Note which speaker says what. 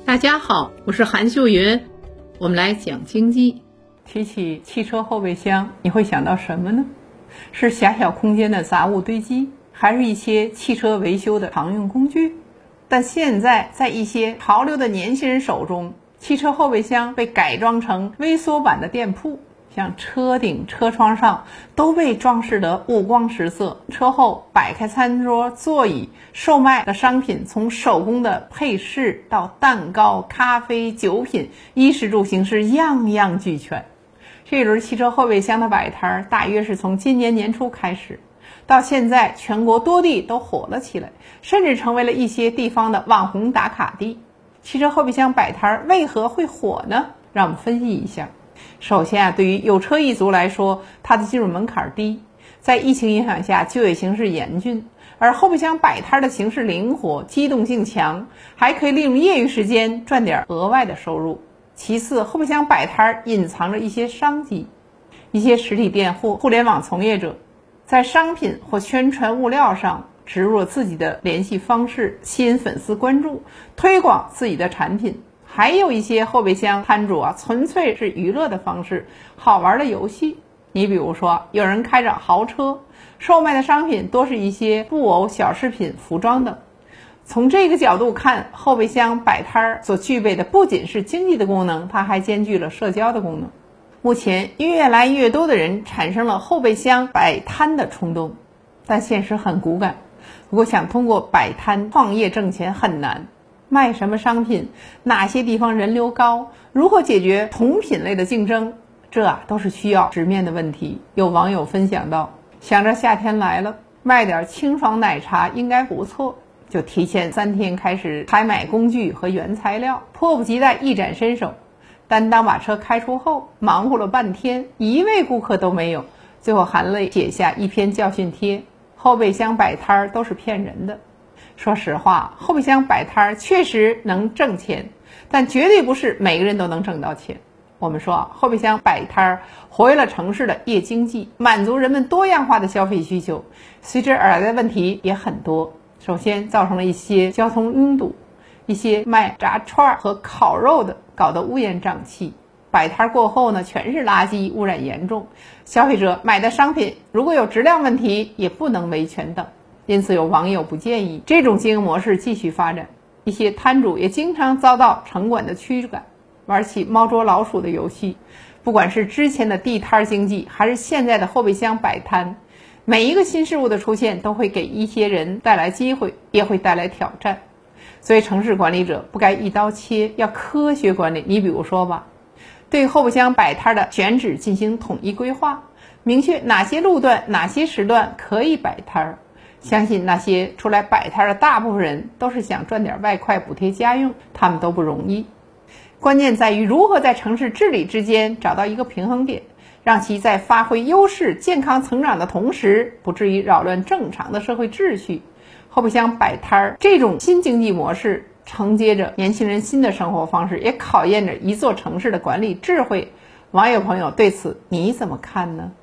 Speaker 1: 大家好，我是韩秀云，我们来讲经济。提起汽车后备箱，你会想到什么呢？是狭小空间的杂物堆积，还是一些汽车维修的常用工具？但现在在一些潮流的年轻人手中，汽车后备箱被改装成微缩版的店铺，像车顶、车窗上都被装饰得五光十色，车后摆开餐桌、座椅，售卖的商品从手工的配饰到蛋糕、咖啡、酒品，衣食住行是样样俱全。这轮汽车后备箱的摆摊大约是从今年年初开始，到现在全国多地都火了起来，甚至成为了一些地方的网红打卡地。汽车后备箱摆摊为何会火呢？让我们分析一下。首先对于有车一族来说，它的进入门槛低，在疫情影响下就业形势严峻，而后备箱摆摊的形式灵活，机动性强，还可以利用业余时间赚点额外的收入。其次，后备箱摆摊隐藏着一些商机，一些实体店或互联网从业者在商品或宣传物料上植入了自己的联系方式，吸引粉丝关注，推广自己的产品。还有一些后备箱摊主纯粹是娱乐的方式，好玩的游戏。你比如说，有人开着豪车，售卖的商品多是一些布偶、小饰品、服装等。从这个角度看，后备箱摆摊所具备的不仅是经济的功能，它还兼具了社交的功能。目前越来越多的人产生了后备箱摆摊的冲动，但现实很骨感，如果想通过摆摊创业挣钱很难。卖什么商品，哪些地方人流高，如何解决同品类的竞争，这都是需要直面的问题。有网友分享到，想着夏天来了，卖点清爽奶茶应该不错，就提前3天开始采买工具和原材料，迫不及待一展身手。但当把车开出后，忙活了半天，一位顾客都没有，最后含泪写下一篇教训帖：后备箱摆摊都是骗人的。说实话，后备箱摆摊确实能挣钱，但绝对不是每个人都能挣到钱。我们说，后备箱摆摊活跃了城市的夜经济，满足人们多样化的消费需求，随之而来的问题也很多。首先造成了一些交通拥堵，一些卖炸串和烤肉的搞得乌烟瘴气，摆摊过后呢，全是垃圾，污染严重。消费者买的商品如果有质量问题，也不能维权等。因此有网友不建议这种经营模式继续发展，一些摊主也经常遭到城管的驱赶，玩起猫捉老鼠的游戏。不管是之前的地摊经济，还是现在的后备箱摆摊，每一个新事物的出现都会给一些人带来机会，也会带来挑战。所以城市管理者不该一刀切，要科学管理。你比如说吧，对后备箱摆摊的选址进行统一规划，明确哪些路段、哪些时段可以摆摊。相信那些出来摆摊的大部分人都是想赚点外快补贴家用，他们都不容易。关键在于如何在城市治理之间找到一个平衡点，让其在发挥优势、健康成长的同时，不至于扰乱正常的社会秩序。后备箱摆摊这种新经济模式承接着年轻人新的生活方式，也考验着一座城市的管理智慧。网友朋友对此你怎么看呢？